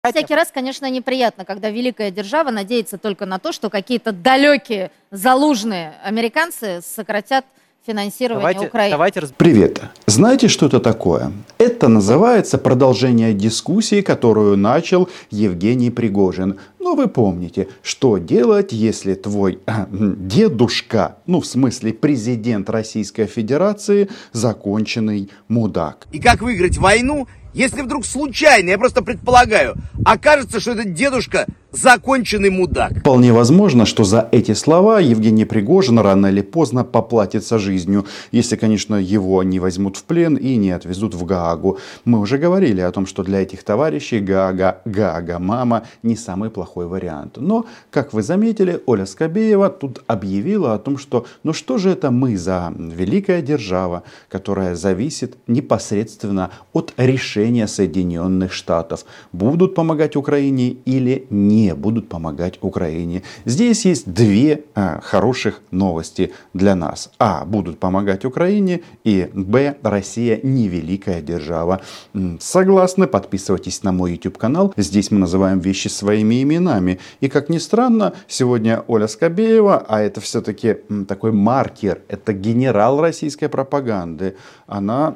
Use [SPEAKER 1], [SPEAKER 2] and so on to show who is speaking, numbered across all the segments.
[SPEAKER 1] Всякий раз, конечно, неприятно, когда великая держава надеется только на то, что какие-то далекие, залужные американцы сократят финансирование Украины.
[SPEAKER 2] Привет. Знаете, что это такое? Это называется продолжение дискуссии, которую начал Евгений Пригожин. Ну, вы помните, что делать, если твой дедушка, ну, в смысле президент Российской Федерации, законченный мудак.
[SPEAKER 3] И как выиграть войну, если вдруг случайно, я просто предполагаю, окажется, что этот дедушка законченный мудак.
[SPEAKER 2] Вполне возможно, что за эти слова Евгений Пригожин рано или поздно поплатится жизнью, если, конечно, его не возьмут в плен и не отвезут в Гаагу. Мы уже говорили о том, что для этих товарищей Гаага-мама не самый плохой вариант. Но, как вы заметили, Оля Скобеева тут объявила о том, что ну что же это мы за великая держава, которая зависит непосредственно от решения Соединенных Штатов. Будут помогать Украине или не будут помогать Украине. Здесь есть две хороших новости для нас. А. Будут помогать Украине. И Б. Россия не великая держава. Согласны? Подписывайтесь на мой YouTube канал. Здесь мы называем вещи своими именами. И как ни странно, сегодня Оля Скобеева, а это все-таки такой маркер, это генерал российской пропаганды, она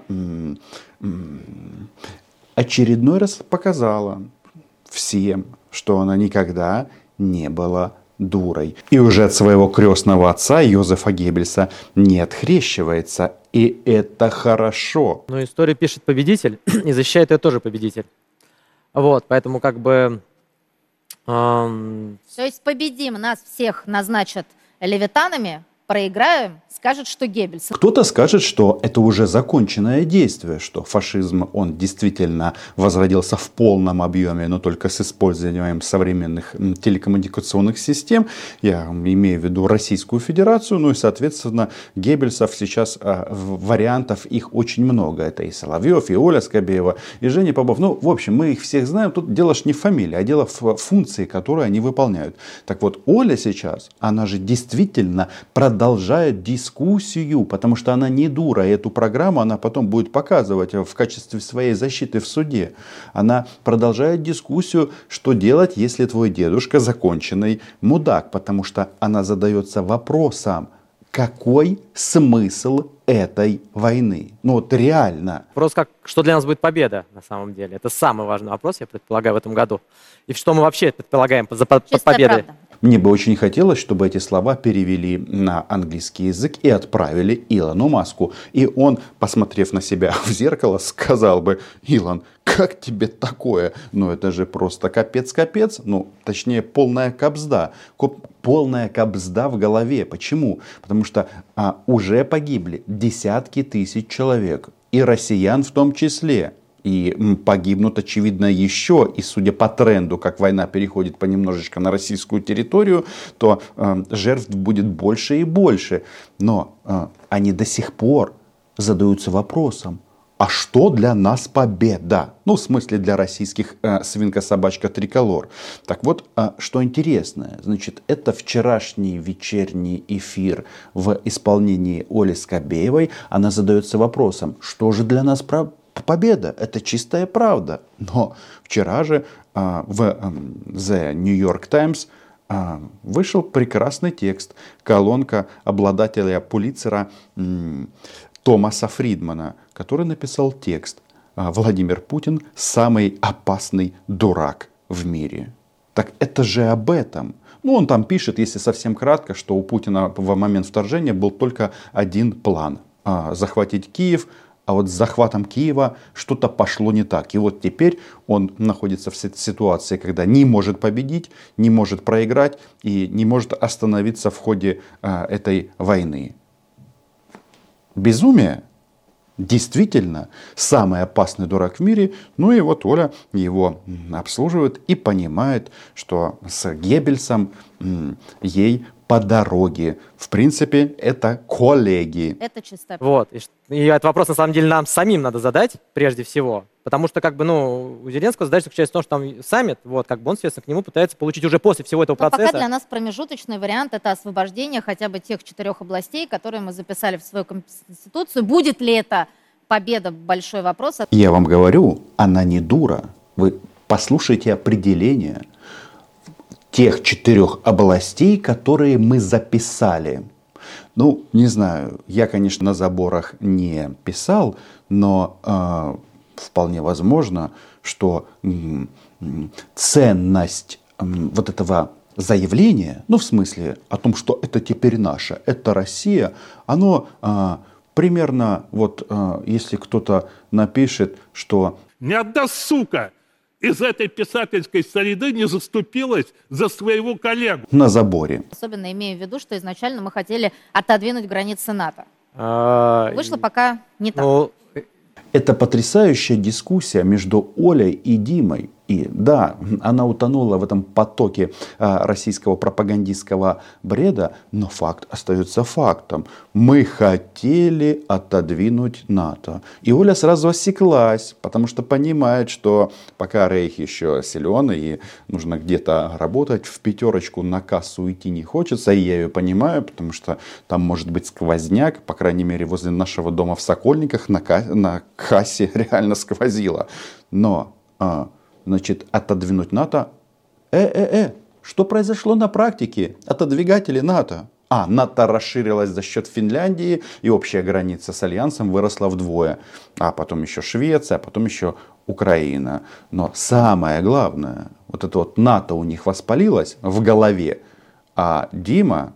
[SPEAKER 2] очередной раз показала всем, что она никогда не была дурой. И уже от своего крестного отца Йозефа Геббельса не открещивается. И это хорошо.
[SPEAKER 4] Но историю пишет победитель, и защищает ее тоже победитель. Вот, поэтому как бы...
[SPEAKER 1] То есть победим, нас всех назначат левитанами, проиграем, скажет, что Геббельс.
[SPEAKER 2] Кто-то скажет, что это уже законченное действие, что фашизм, он действительно возродился в полном объеме, но только с использованием современных телекоммуникационных систем. Я имею в виду Российскую Федерацию, ну и, соответственно, Геббельсов сейчас, вариантов их очень много. Это и Соловьев, и Оля Скобеева, и Женя Попов. Ну, в общем, мы их всех знаем. Тут дело ж не в фамилии, а дело в функции, которые они выполняют. Так вот, Оля сейчас, она же действительно продолжает дискуссию, потому что она не дура. И эту программу она потом будет показывать в качестве своей защиты в суде. Она продолжает дискуссию, что делать, если твой дедушка законченный мудак. Потому что она задается вопросом, какой смысл этой войны? Ну вот реально.
[SPEAKER 4] Вопрос, что для нас будет победа на самом деле. Это самый важный вопрос, я предполагаю, в этом году. И что мы вообще предполагаем под победой.
[SPEAKER 1] Правда.
[SPEAKER 2] Мне бы очень хотелось, чтобы эти слова перевели на английский язык и отправили Илону Маску. И он, посмотрев на себя в зеркало, сказал бы: Илон, как тебе такое? Ну это же просто капец-капец. Ну, точнее, полная кабзда. Полная кабзда в голове. Почему? Потому что уже погибли десятки тысяч человек. И россиян в том числе. И погибнут, очевидно, еще. И судя по тренду, как война переходит понемножечко на российскую территорию, то жертв будет больше и больше. Но они до сих пор задаются вопросом: а что для нас победа? Ну, в смысле, для российских свинка-собачка триколор. Так вот, что интересно, значит, это вчерашний вечерний эфир в исполнении Оли Скобеевой. Она задается вопросом: что же для нас победа? Это чистая правда. Но вчера же в The New York Times вышел прекрасный текст. Колонка обладателя Пулитцера Томаса Фридмана, который написал текст: «Владимир Путин – самый опасный дурак в мире». Так это же об этом. Ну, он там пишет, если совсем кратко, что у Путина в момент вторжения был только один план – захватить Киев. А вот с захватом Киева что-то пошло не так. И вот теперь он находится в ситуации, когда не может победить, не может проиграть и не может остановиться в ходе этой войны. Безумие. Действительно, самый опасный дурак в мире. Ну и вот Оля его обслуживает и понимает, что с Геббельсом ей по дороге. В принципе, это коллеги.
[SPEAKER 1] Это чисто.
[SPEAKER 4] Вот. И этот вопрос, на самом деле, нам самим надо задать, прежде всего. Потому что, как бы, ну, у Зеленского задача заключается в том, что там саммит, вот, как бы он, соответственно, к нему пытается получить уже после всего этого процесса.
[SPEAKER 1] Пока для нас промежуточный вариант — это освобождение хотя бы тех 4 областей, которые мы записали в свою конституцию. Будет ли это победа — большой вопрос.
[SPEAKER 2] Я вам говорю, она не дура. Вы Послушайте определение тех 4 областей, которые мы записали. Ну, не знаю, я, конечно, на заборах не писал, но вполне возможно, что ценность вот этого заявления, ну, в смысле о том, что это теперь наше, это Россия, оно примерно, вот если кто-то напишет, что...
[SPEAKER 5] Ни одна сука из этой писательской среды не заступилась за своего коллегу.
[SPEAKER 2] На заборе.
[SPEAKER 1] Особенно имея в виду, что изначально мы хотели отодвинуть границы НАТО. Вышло пока не так.
[SPEAKER 2] Это потрясающая дискуссия между Олей и Димой. И да, она утонула в этом потоке российского пропагандистского бреда, но факт остается фактом. Мы хотели отодвинуть НАТО. И Оля сразу осеклась, потому что понимает, что пока Рейх еще силен и нужно где-то работать, в 5 на кассу идти не хочется. И я ее понимаю, потому что там может быть сквозняк, по крайней мере возле нашего дома в Сокольниках на кассе реально сквозило. Но... Значит, отодвинуть НАТО. Что произошло на практике? Отодвигатели НАТО. НАТО расширилось за счет Финляндии, и общая граница с Альянсом выросла вдвое. А потом еще Швеция, а потом еще Украина. Но самое главное, вот это вот НАТО у них воспалилось в голове, а Дима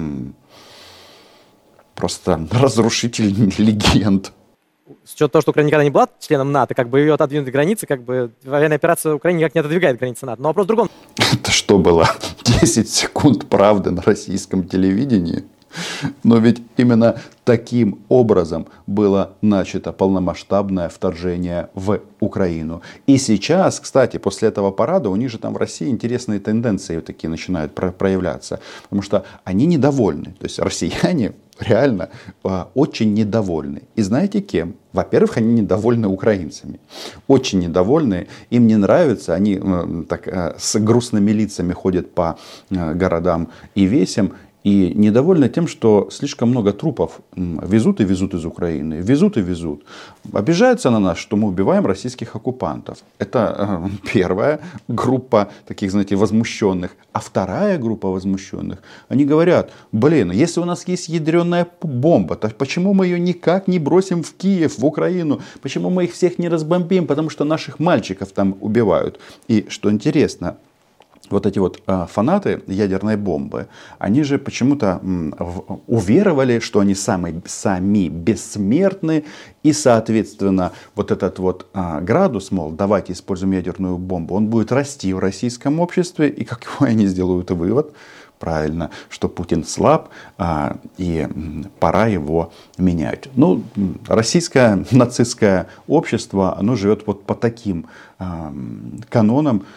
[SPEAKER 2] просто разрушитель легенд.
[SPEAKER 4] С учетом того, что Украина никогда не была членом НАТО, как бы ее отодвинуть границы, как бы военная операция Украины никак не отодвигает границы НАТО. Но вопрос в другом.
[SPEAKER 2] Это что было? 10 секунд правды на российском телевидении? Но ведь именно таким образом было начато полномасштабное вторжение в Украину. И сейчас, кстати, после этого парада у них же там в России интересные тенденции такие начинают проявляться. Потому что они недовольны. То есть россияне реально очень недовольны. И знаете кем? Во-первых, они недовольны украинцами. Очень недовольны. Им не нравится. Они так с грустными лицами ходят по городам и весям. И недовольны тем, что слишком много трупов везут и везут из Украины. Везут и везут. Обижаются на нас, что мы убиваем российских оккупантов. Это первая группа таких, знаете, возмущенных. А вторая группа возмущенных, они говорят, если у нас есть ядреная бомба, то почему мы ее никак не бросим в Киев, в Украину? Почему мы их всех не разбомбим? Потому что наших мальчиков там убивают. И что интересно, вот эти вот фанаты ядерной бомбы, они же почему-то уверовали, что они сами бессмертны. И, соответственно, вот этот вот градус, мол, давайте используем ядерную бомбу, он будет расти в российском обществе. И какой они сделают вывод? Правильно, что Путин слаб, и пора его менять. Ну, российское нацистское общество, оно живет вот по таким канонам.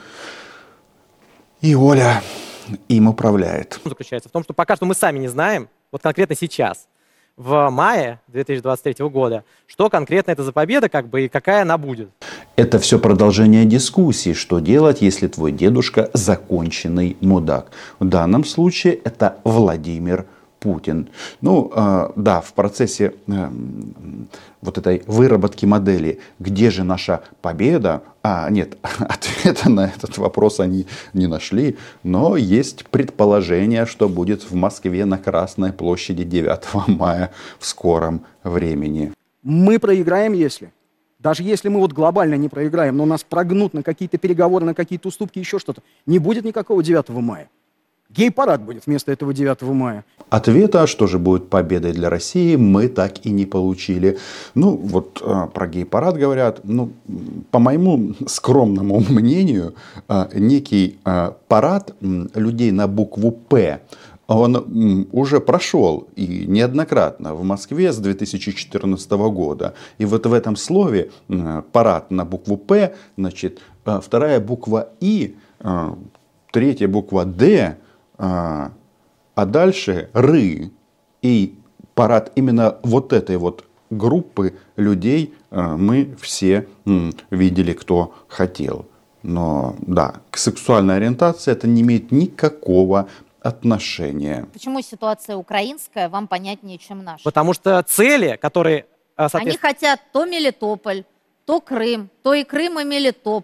[SPEAKER 2] И Оля им управляет.
[SPEAKER 4] Заключается в том, что пока что мы сами не знаем, вот конкретно сейчас, в мае 2023 года, что конкретно это за победа, как бы, и какая она будет.
[SPEAKER 2] Это все продолжение дискуссии, что делать, если твой дедушка законченный мудак. В данном случае это Владимир Путин. Ну, да, в процессе вот этой выработки модели, где же наша победа? Нет, ответа на этот вопрос они не нашли, но есть предположение, что будет в Москве на Красной площади 9 мая в скором времени.
[SPEAKER 6] Мы проиграем, даже если мы вот глобально не проиграем, но нас прогнут на какие-то переговоры, на какие-то уступки, еще что-то, не будет никакого 9 мая. Гей-парад будет вместо этого 9 мая.
[SPEAKER 2] Ответа, что же будет победой для России, мы так и не получили. Ну, вот про гей-парад говорят, ну, по моему скромному мнению, некий парад людей на букву «П», он уже прошел и неоднократно в Москве с 2014 года. И вот в этом слове парад на букву «П», значит, вторая буква «И», третья буква «Д», а дальше «ры». И парад именно вот этой вот группы людей мы все видели, кто хотел. Но да, к сексуальной ориентации это не имеет никакого отношения.
[SPEAKER 1] Почему ситуация украинская вам понятнее, чем наша?
[SPEAKER 4] Потому что цели, которые...
[SPEAKER 1] Они хотят то Мелитополь, то Крым, то и Крым, и Мелитополь.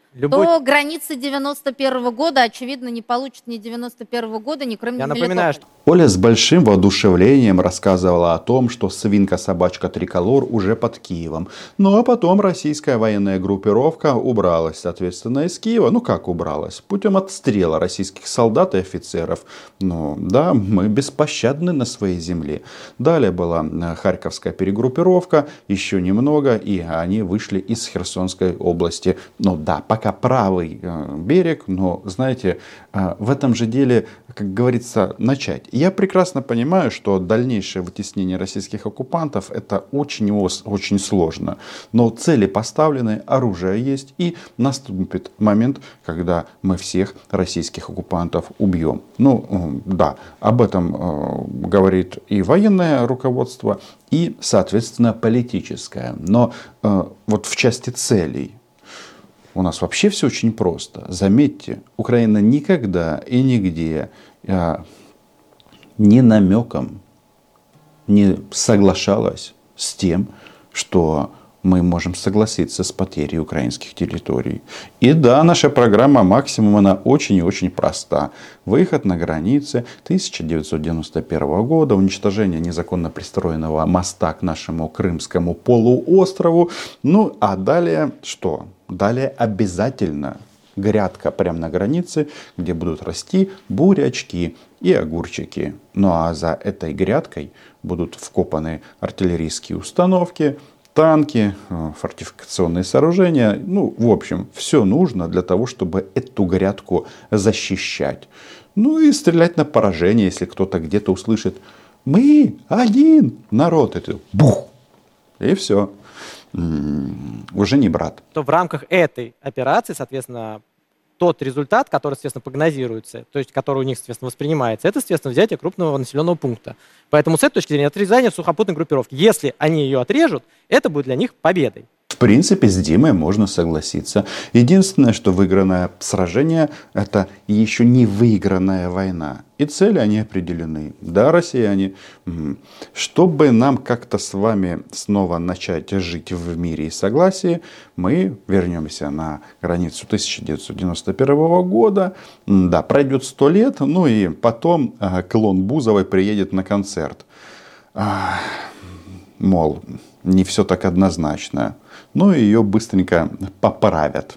[SPEAKER 1] то границы 91-го года, очевидно, не получат ни 91-го года, ни Крым, ни Мелитополь.
[SPEAKER 2] Оля с большим воодушевлением рассказывала о том, что свинка-собачка Триколор уже под Киевом. Ну а потом российская военная группировка убралась, соответственно, из Киева. Ну как убралась? Путем отстрела российских солдат и офицеров. Ну да, мы беспощадны на своей земле. Далее была Харьковская перегруппировка, еще немного, и они вышли из Херсонской области. Ну да, пока правый берег, но, знаете, в этом же деле, как говорится, начать. Я прекрасно понимаю, что дальнейшее вытеснение российских оккупантов это очень сложно. Но цели поставлены, оружие есть, и наступит момент, когда мы всех российских оккупантов убьем. Ну да, об этом говорит и военное руководство, и, соответственно, политическое. Но вот в части целей у нас вообще все очень просто. Заметьте, Украина никогда и нигде ни намеком не соглашалась с тем, что мы можем согласиться с потерей украинских территорий. И да, наша программа «Максимум», она очень и очень проста. Выход на границы 1991 года, уничтожение незаконно пристроенного моста к нашему Крымскому полуострову. Ну, а далее что? Далее обязательно грядка прямо на границе, где будут расти бурячки и огурчики. Ну а за этой грядкой будут вкопаны артиллерийские установки, танки, фортификационные сооружения. Ну, в общем, все нужно для того, чтобы эту грядку защищать. Ну и стрелять на поражение, если кто-то где-то услышит: мы один народ. Это бух! И все. Уже не брат.
[SPEAKER 4] То в рамках этой операции, соответственно, тот результат, который, соответственно, прогнозируется, то есть который у них, соответственно, воспринимается, это, соответственно, взятие крупного населенного пункта. Поэтому с этой точки зрения отрезание сухопутной группировки, если они ее отрежут, это будет для них победой.
[SPEAKER 2] В принципе, с Димой можно согласиться. Единственное, что выигранное сражение – это еще не выигранная война. И цели они определены. Да, россияне, чтобы нам как-то с вами снова начать жить в мире и согласии, мы вернемся на границу 1991 года. Да, пройдет 100 лет, ну и потом клон Бузовой приедет на концерт. Мол, не все так однозначно. Но ее быстренько поправят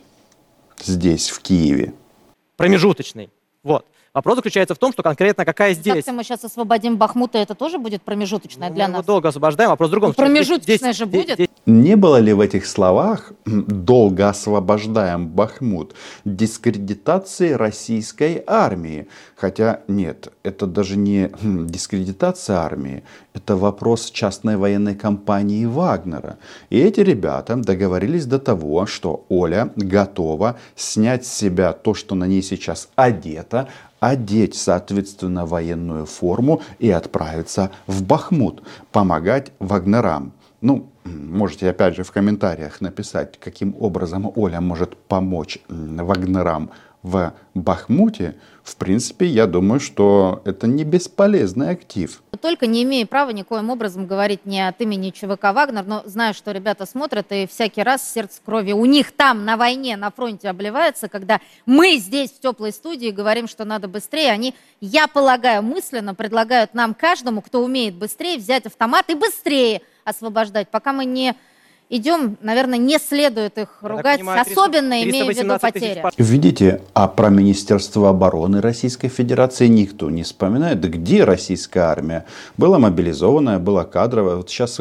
[SPEAKER 2] здесь, в Киеве.
[SPEAKER 4] Промежуточный. Вот. Вопрос заключается в том, что конкретно какая здесь...
[SPEAKER 1] Если мы сейчас освободим Бахмут, это тоже будет промежуточное для нас?
[SPEAKER 4] Мы его долго освобождаем, вопрос в другом.
[SPEAKER 1] Промежуточное же будет.
[SPEAKER 2] Не было ли в этих словах «долго освобождаем Бахмут» дискредитации российской армии? Хотя нет, это даже не дискредитация армии, это вопрос частной военной компании Вагнера. И эти ребята договорились до того, что Оля готова снять с себя то, что на ней сейчас одето, одеть, соответственно, военную форму и отправиться в Бахмут, помогать вагнерам. Ну, можете опять же в комментариях написать, каким образом Оля может помочь вагнерам в Бахмуте. В принципе, я думаю, что это не бесполезный актив.
[SPEAKER 1] Только не имея права никоим образом говорить не от имени ЧВК «Вагнер», но знаю, что ребята смотрят, и всякий раз сердце крови у них там на войне, на фронте обливается, когда мы здесь в теплой студии говорим, что надо быстрее. Они, я полагаю, мысленно предлагают нам, каждому, кто умеет быстрее, взять автомат и быстрее освобождать. Пока мы не идем, наверное, не следует их ругать, особенно имея в виду потери.
[SPEAKER 2] Видите, а про Министерство обороны Российской Федерации никто не вспоминает. Да где российская армия? Была мобилизованная, была кадровая. Вот сейчас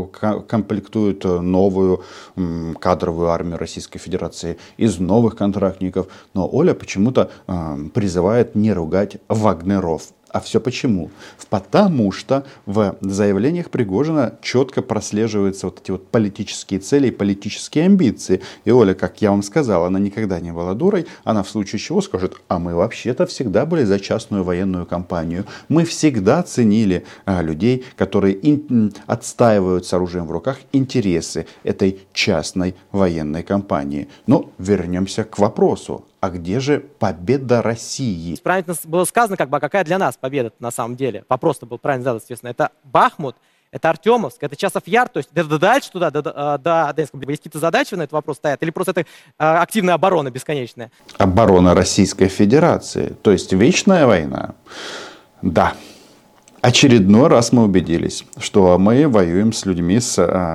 [SPEAKER 2] комплектуют новую кадровую армию Российской Федерации из новых контрактников. Но Оля почему-то призывает не ругать вагнеров. А все почему? Потому что в заявлениях Пригожина четко прослеживаются вот эти вот политические цели и политические амбиции. И Оля, как я вам сказал, она никогда не была дурой. Она в случае чего скажет: а мы вообще-то всегда были за частную военную кампанию. Мы всегда ценили людей, которые отстаивают с оружием в руках интересы этой частной военной кампании. Но вернемся к вопросу. А где же победа России?
[SPEAKER 4] Правильно было сказано, какая для нас победа на самом деле. Вопрос-то был правильно задан, естественно. Это Бахмут, это Артемовск, это Часов Яр, то есть дальше туда, до Донецкой, есть какие-то задачи на этот вопрос стоят, или просто это активная оборона бесконечная?
[SPEAKER 2] Оборона Российской Федерации, то есть вечная война. Да. Очередной раз мы убедились, что мы воюем с людьми с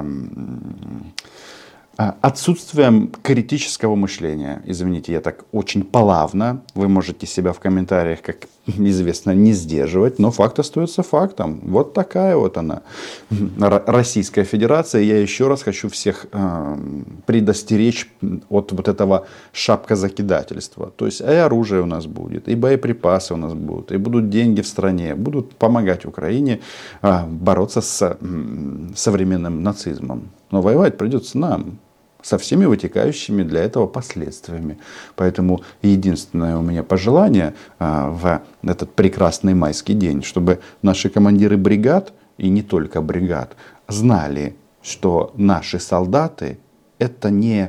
[SPEAKER 2] отсутствием критического мышления. Извините, я так очень плавно. Вы можете себя в комментариях, как известно, не сдерживать, но факт остается фактом. Вот такая вот она, Российская Федерация. Я еще раз хочу всех предостеречь от вот этого шапкозакидательства. То есть и оружие у нас будет, и боеприпасы у нас будут, и будут деньги в стране, будут помогать Украине бороться с современным нацизмом. Но воевать придется нам, со всеми вытекающими для этого последствиями. Поэтому единственное у меня пожелание в этот прекрасный майский день, чтобы наши командиры бригад, и не только бригад, знали, что наши солдаты это не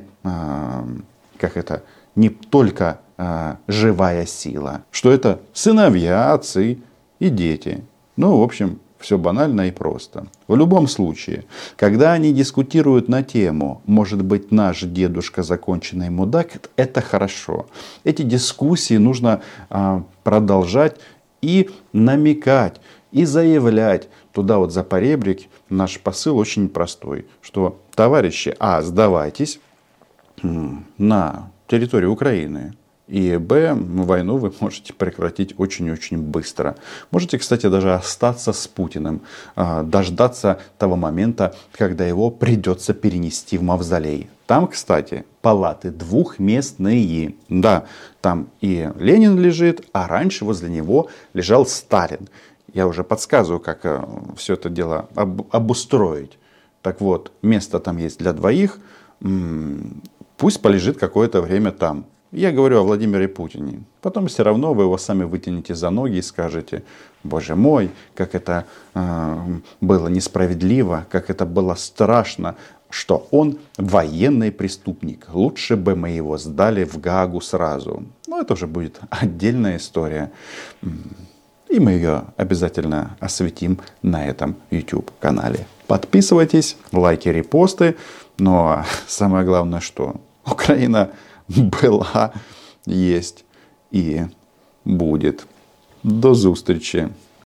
[SPEAKER 2] только живая сила, что это сыновья, отцы и дети. Ну, в общем, все банально и просто. В любом случае, когда они дискутируют на тему «Может быть, наш дедушка законченный мудак», это хорошо. Эти дискуссии нужно продолжать и намекать, и заявлять. Туда вот за поребрик наш посыл очень простой, что, товарищи, сдавайтесь на территорию Украины. И войну вы можете прекратить очень-очень быстро. Можете, кстати, даже остаться с Путиным, дождаться того момента, когда его придется перенести в мавзолей. Там, кстати, палаты двухместные. Да, там и Ленин лежит, а раньше возле него лежал Сталин. Я уже подсказываю, как все это дело обустроить. Так вот, место там есть для двоих. Пусть полежит какое-то время там. Я говорю о Владимире Путине. Потом все равно вы его сами вытянете за ноги и скажете: боже мой, как это было несправедливо, как это было страшно, что он военный преступник. Лучше бы мы его сдали в Гаагу сразу. Но это уже будет отдельная история. И мы ее обязательно осветим на этом YouTube-канале. Подписывайтесь, лайки, репосты. Но самое главное, что Украина была, есть и будет. До зустрічі!